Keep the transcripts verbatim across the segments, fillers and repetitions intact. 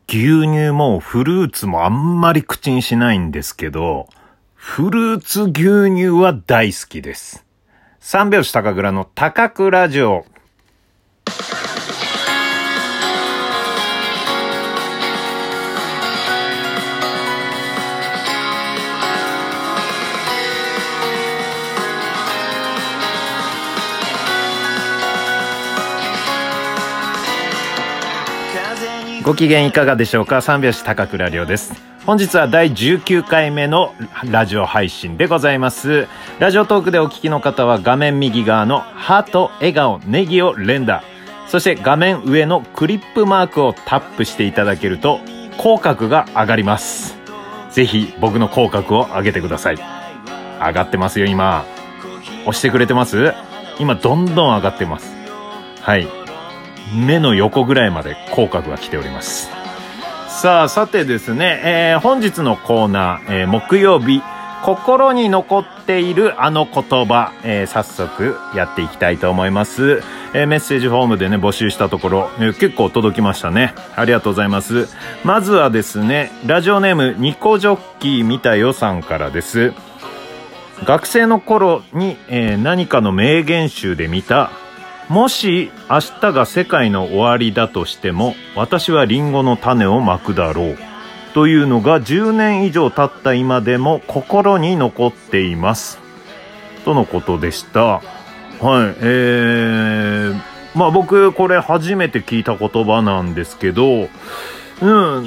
牛乳もフルーツもあんまり口にしないんですけど、フルーツ牛乳は大好きです。三拍子高倉の高倉ラジオ。ご機嫌いかがでしょうか。三拍子高倉涼です。本日はだいじゅうきゅうかいめのラジオ配信でございます。ラジオトークでお聞きの方は画面右側のハート、笑顔、ネギを連打、そして画面上のクリップマークをタップしていただけると口角が上がります。ぜひ僕の口角を上げてください。上がってますよ。今押してくれてます？今どんどん上がってます。はい、目の横ぐらいまで口角が来ております。さあ、さてですね、えー、本日のコーナー、えー、木曜日、心に残っているあの言葉、えー、早速やっていきたいと思います。えー、メッセージフォームでね募集したところ、えー、結構届きましたね。ありがとうございます。まずはですね、ラジオネームニコジョッキー見たよさんからです。学生の頃に、えー、何かの名言集で見た、もし明日が世界の終わりだとしても私はリンゴの種をまくだろうというのがじゅうねん以上経った今でも心に残っていますとのことでした。はい、えー、まあ僕これ初めて聞いた言葉なんですけど、うん、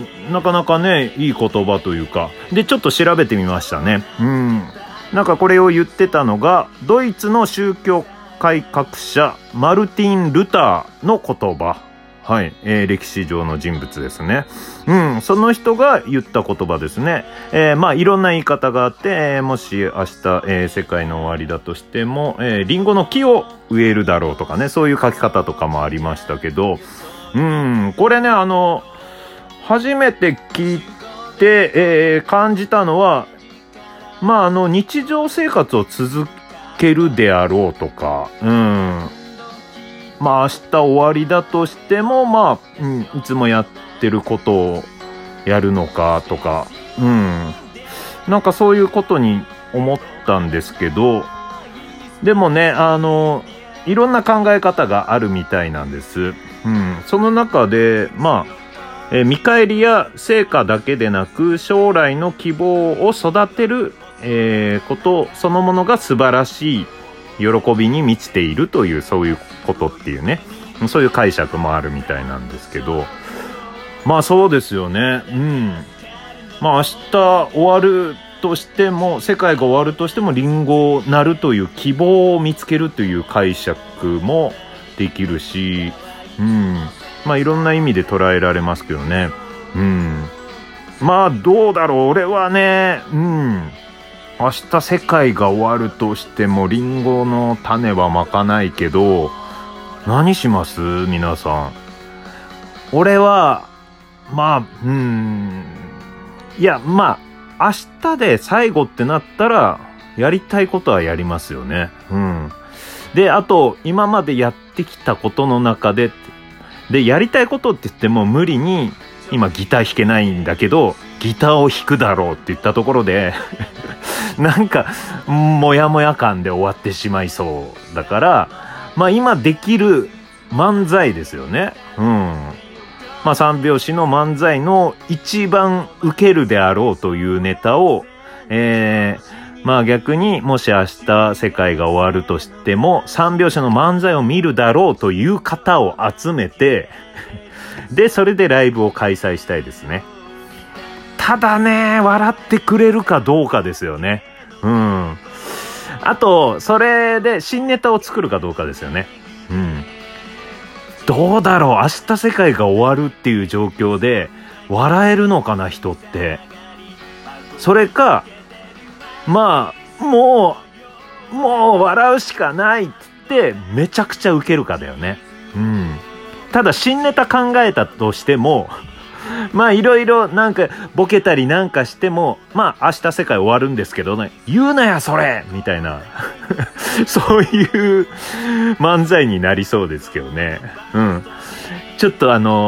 なかなかねいい言葉というかで、ちょっと調べてみましたね。うん、なんかこれを言ってたのがドイツの宗教改革者マルティン・ルターの言葉。はい、えー、歴史上の人物ですね。うん、その人が言った言葉ですね。えー、まあいろんな言い方があって、えー、もし明日、えー、世界の終わりだとしても、えー、リンゴの木を植えるだろうとかね、そういう書き方とかもありましたけど、うん、これね、あの初めて聞いて、えー、感じたのは、まああの日常生活を続けけるであろうとか、うん、まあ明日終わりだとしてもまあ、うん、いつもやってることをやるのかとか、うん、なんかそういうことに思ったんですけど、でもね、あのいろんな考え方があるみたいなんです。うん、その中でまあ、え見返りや成果だけでなく将来の希望を育てるえー、ことそのものが素晴らしい喜びに満ちているという、そういうことっていうね、そういう解釈もあるみたいなんですけど、まあそうですよね。うん、まあ明日終わるとしても、世界が終わるとしてもリンゴなるという希望を見つけるという解釈もできるし、うん、まあいろんな意味で捉えられますけどね。うん、まあどうだろう、俺はね、うん明日世界が終わるとしてもリンゴの種はまかないけど、何します皆さん。俺はまあうーんいやまあ明日で最後ってなったらやりたいことはやりますよね。うん。で、あと今までやってきたことの中ででやりたいことって言っても無理に今ギター弾けないんだけどギターを弾くだろうって言ったところでなんかモヤモヤ感で終わってしまいそうだから、まあ今できる漫才ですよね。うん。まあ三拍子の漫才の一番受けるであろうというネタを、えー、まあ逆にもし明日世界が終わるとしても三拍子の漫才を見るだろうという方を集めてでそれでライブを開催したいですね。ただね、笑ってくれるかどうかですよね。うん。あと、それで新ネタを作るかどうかですよね。うん。どうだろう、明日世界が終わるっていう状況で笑えるのかな、人って。それか、まあ、もう、もう笑うしかないってめちゃくちゃウケるかだよね。うん。ただ新ネタ考えたとしても、まあいろいろなんかボケたりなんかしても、まあ明日世界終わるんですけどね、言うなやそれみたいなそういう漫才になりそうですけどね。うん。ちょっとあの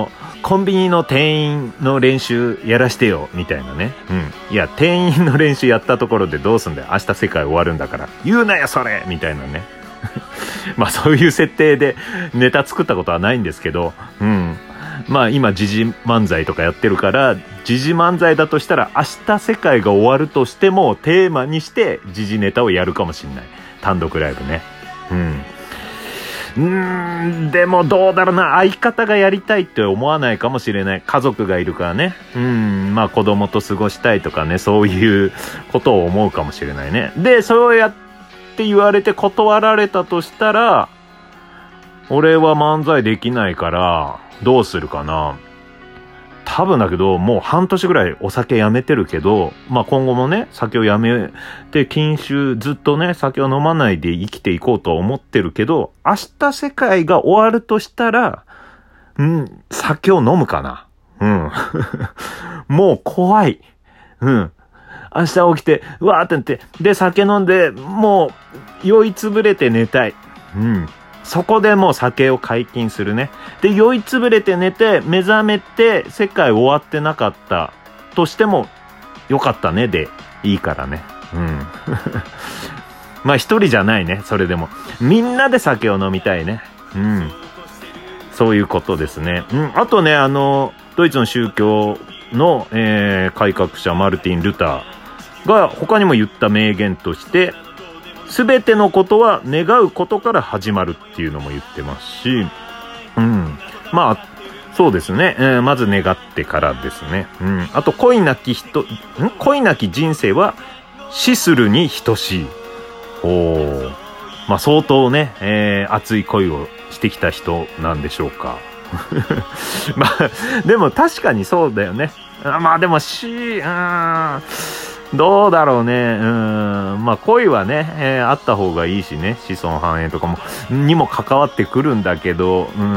コンビニの店員の練習やらしてよ、みたいなね。うん。いや、店員の練習やったところでどうすんだよ。明日世界終わるんだから。言うなよ、それみたいなね。まあそういう設定でネタ作ったことはないんですけど、うん。まあ今時事漫才とかやってるから、時事漫才だとしたら明日世界が終わるとしてもテーマにして時事ネタをやるかもしれない。単独ライブね。うん。うーん、でもどうだろうな。相方がやりたいって思わないかもしれない。家族がいるからね。うん、まあ子供と過ごしたいとかね、そういうことを思うかもしれないね。で、そうやって言われて断られたとしたら、俺は漫才できないから、どうするかな。多分だけど、もう半年ぐらいお酒やめてるけど、まあ今後もね、酒をやめて禁酒、ずっとね、酒を飲まないで生きていこうとは思ってるけど、明日世界が終わるとしたら、うん、酒を飲むかな。うん。もう怖い。うん。明日起きて、うわーってなって、で、酒飲んで、もう、酔いつぶれて寝たい。うん。そこでもう酒を解禁するね。で、酔いつぶれて寝て、目覚めて、世界終わってなかったとしても、よかったねでいいからね。うん。まあ一人じゃないね、それでも。みんなで酒を飲みたいね。うん。そういうことですね。うん。あとね、あの、ドイツの宗教の、えー、改革者マルティン・ルターが他にも言った名言として、すべてのことは願うことから始まるっていうのも言ってますし、うん。まあ、そうですね。えー、まず願ってからですね。うん。あと、恋なき人、ん恋なき人生は死するに等しい。おー。まあ、相当ね、えー、熱い恋をしてきた人なんでしょうか。まあ、でも確かにそうだよね。あまあ、でも死、うーん。どうだろうね。うん。まあ、恋はね、えー、あった方がいいしね。子孫繁栄とかも、にも関わってくるんだけど、うん。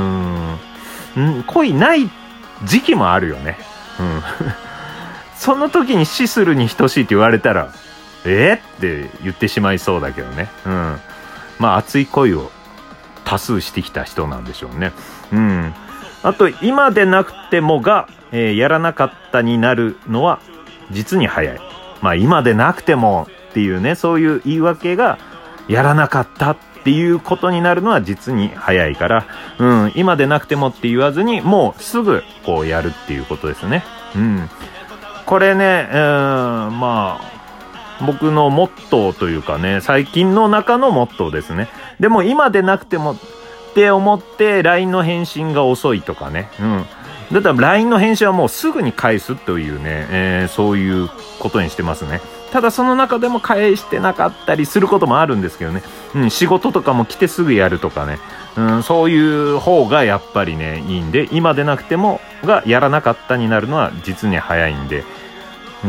ん恋ない時期もあるよね。うん。その時に死するに等しいって言われたら、えー、って言ってしまいそうだけどね。うん。まあ、熱い恋を多数してきた人なんでしょうね。うん。あと、今でなくてもが、えー、やらなかったになるのは、実に早い。まあ今でなくてもっていうね、そういう言い訳がやらなかったっていうことになるのは実に早いから、うん、今でなくてもって言わずにもうすぐこうやるっていうことですね。うん。これね、えー、まあ、僕のモットーというかね、最近の中のモットーですね。でも今でなくてもって思って ライン の返信が遅いとかね、うん。だったら ライン の返信はもうすぐに返すというね、えー、そういうことにしてますね。ただその中でも返してなかったりすることもあるんですけどね。うん、仕事とかも来てすぐやるとかね。うん、そういう方がやっぱりね、いいんで、今でなくてもがやらなかったになるのは実に早いんで。うん、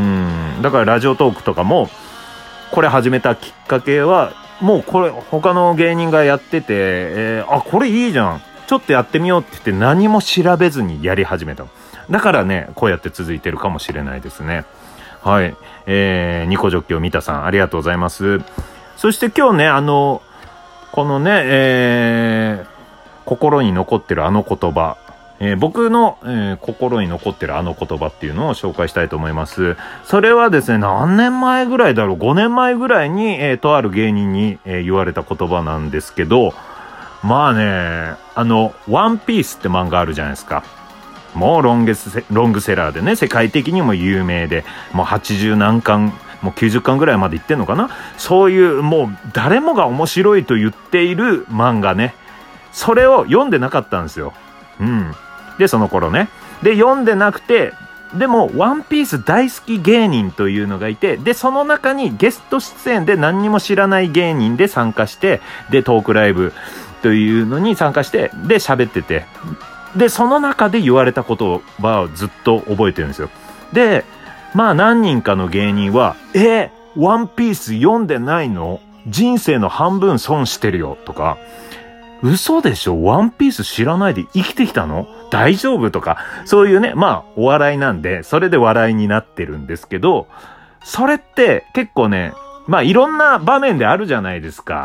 だからラジオトークとかも、これ始めたきっかけは、もうこれ他の芸人がやってて、えー、あ、これいいじゃん。ちょっとやってみようって言って何も調べずにやり始めた。だからね、こうやって続いてるかもしれないですね。はい。えー、ニコジョッキを見たさん、ありがとうございます。そして今日ね、あの、このね、えー、心に残ってるあの言葉、えー、僕の、えー、心に残ってるあの言葉っていうのを紹介したいと思います。それはですね、何年前ぐらいだろう、ごねんまえぐらいに、えー、とある芸人に、えー、言われた言葉なんですけど、まあね、あの、ワンピースって漫画あるじゃないですか。もうロングセ、ロングセラーでね、世界的にも有名で、もうはちじゅうなんかん、もうきゅうじゅっかんぐらいまでいってんのかな。そういう、もう誰もが面白いと言っている漫画ね。それを読んでなかったんですよ。うん。で、その頃ね。で、読んでなくて、でも、ワンピース大好き芸人というのがいて、で、その中にゲスト出演で何にも知らない芸人で参加して、で、トークライブというのに参加して、で、喋ってて、で、その中で言われた言葉をずっと覚えてるんですよ。で、まあ何人かの芸人は、え、ワンピース読んでないの？人生の半分損してるよとか、嘘でしょ？ワンピース知らないで生きてきたの？大丈夫？とか、そういうね、まあお笑いなんで、それで笑いになってるんですけど、それって結構ね、まあいろんな場面であるじゃないですか。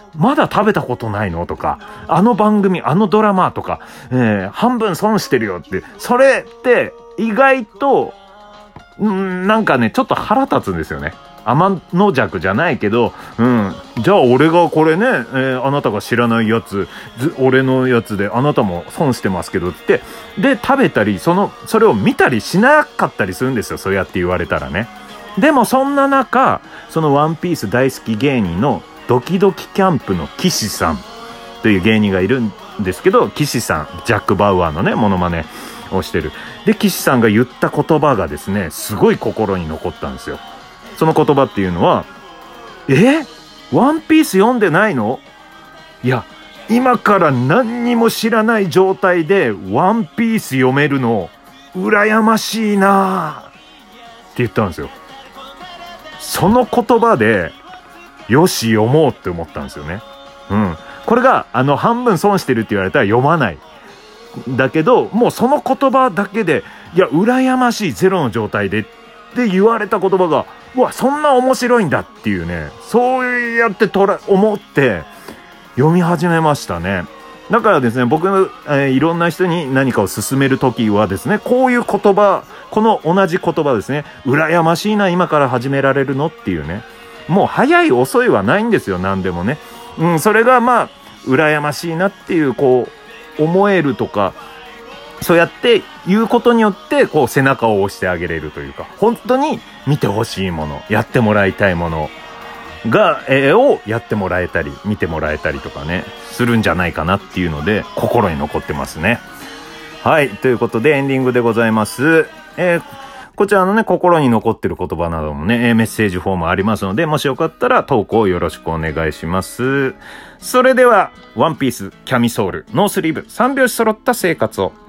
まだ食べたことないのとか、あの番組、あのドラマとか、えー、半分損してるよって、それって意外と、んなんかね、ちょっと腹立つんですよね。天の弱じゃないけど、うん。じゃあ俺がこれね、えー、あなたが知らないやつ、俺のやつであなたも損してますけどって、で、食べたり、その、それを見たりしなかったりするんですよ。そうやって言われたらね。でもそんな中、そのワンピース大好き芸人のドキドキキャンプの岸さんという芸人がいるんですけど、岸さん、ジャック・バウアーのね、モノマネをしてる。で、岸さんが言った言葉がですね、すごい心に残ったんですよ。その言葉っていうのは、え？ワンピース読んでないの？いや、今から何にも知らない状態でワンピース読めるの、羨ましいなって言ったんですよ。その言葉で、よし読もうって思ったんですよね。うん。これが、あの、半分損してるって言われたら読まない。だけど、もうその言葉だけで、いや、羨ましい、ゼロの状態でって言われた言葉が、うわ、そんな面白いんだっていうね、そうやってとら思って読み始めましたね。だからですね、僕、えー、いろんな人に何かを勧めるときはですね、こういう言葉、この同じ言葉ですね、羨ましいな、今から始められるのっていうね、もう早い遅いはないんですよ、何でもね。うん、それがまあ、羨ましいなっていう、こう、思えるとか、そうやって言うことによって、こう背中を押してあげれるというか、本当に見てほしいもの、やってもらいたいものが、えー、をやってもらえたり、見てもらえたりとかね、するんじゃないかなっていうので、心に残ってますね。はい、ということでエンディングでございます。えー、こちらのね、心に残ってる言葉などもね、メッセージフォームありますので、もしよかったら投稿よろしくお願いします。それでは、ワンピース、キャミソール、ノースリーブ、三拍子揃った生活を。